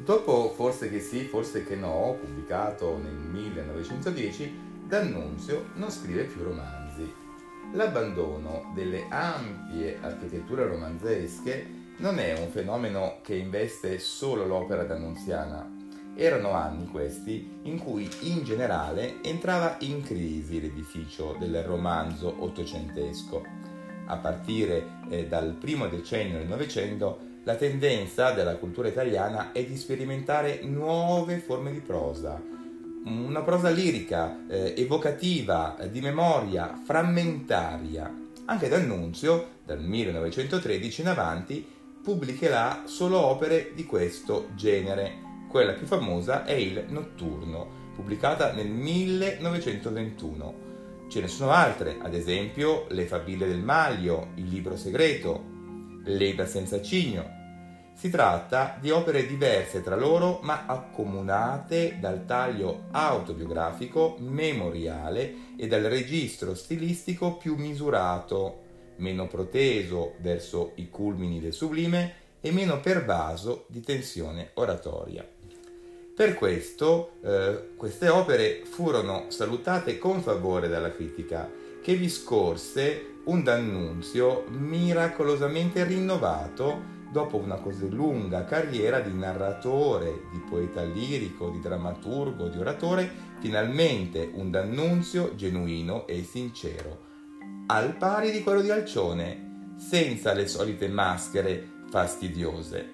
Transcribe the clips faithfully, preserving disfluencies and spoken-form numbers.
Dopo Forse che sì, forse che no, pubblicato nel millenovecentodieci, D'Annunzio non scrive più romanzi. L'abbandono delle ampie architetture romanzesche non è un fenomeno che investe solo l'opera d'annunziana. Erano anni questi in cui in generale entrava in crisi l'edificio del romanzo ottocentesco. A partire eh, dal primo decennio del Novecento, la tendenza della cultura italiana è di sperimentare nuove forme di prosa, una prosa lirica, eh, evocativa, di memoria, frammentaria. Anche D'Annunzio, dal millenovecentotredici in avanti, pubblicherà solo opere di questo genere. Quella più famosa è Il Notturno, pubblicata nel millenovecentoventuno. Ce ne sono altre, ad esempio Le faville del Maglio, Il libro segreto, L'Eda senza cigno. Si tratta di opere diverse tra loro, ma accomunate dal taglio autobiografico, memoriale e dal registro stilistico più misurato, meno proteso verso i culmini del sublime e meno pervaso di tensione oratoria. Per questo eh, queste opere furono salutate con favore dalla critica, che vi scorse un D'Annunzio miracolosamente rinnovato dopo una così lunga carriera di narratore, di poeta lirico, di drammaturgo, di oratore. Finalmente un D'Annunzio genuino e sincero, al pari di quello di Alcione, senza le solite maschere fastidiose.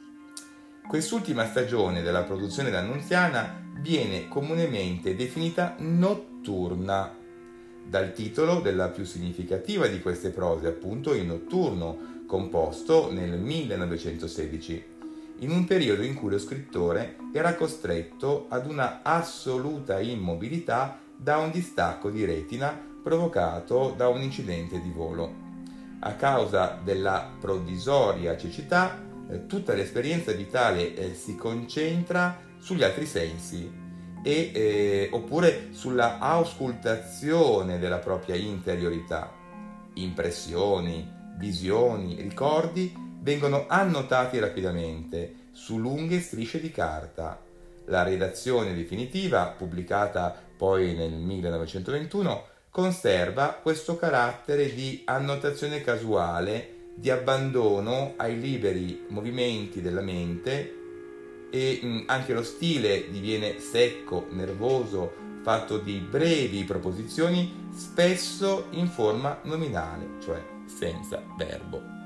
Quest'ultima stagione della produzione d'annunziana viene comunemente definita notturna, dal titolo della più significativa di queste prose, appunto Il Notturno, composto nel millenovecentosedici, in un periodo in cui lo scrittore era costretto ad una assoluta immobilità da un distacco di retina provocato da un incidente di volo. A causa della provvisoria cecità, eh, tutta l'esperienza vitale eh, si concentra sugli altri sensi e, eh, oppure sulla auscultazione della propria interiorità. Impressioni, visioni, ricordi vengono annotati rapidamente su lunghe strisce di carta. La redazione definitiva, pubblicata poi nel millenovecentoventuno, conserva questo carattere di annotazione casuale, di abbandono ai liberi movimenti della mente, e mh, anche lo stile diviene secco, nervoso, fatto di brevi proposizioni, spesso in forma nominale, cioè senza verbo.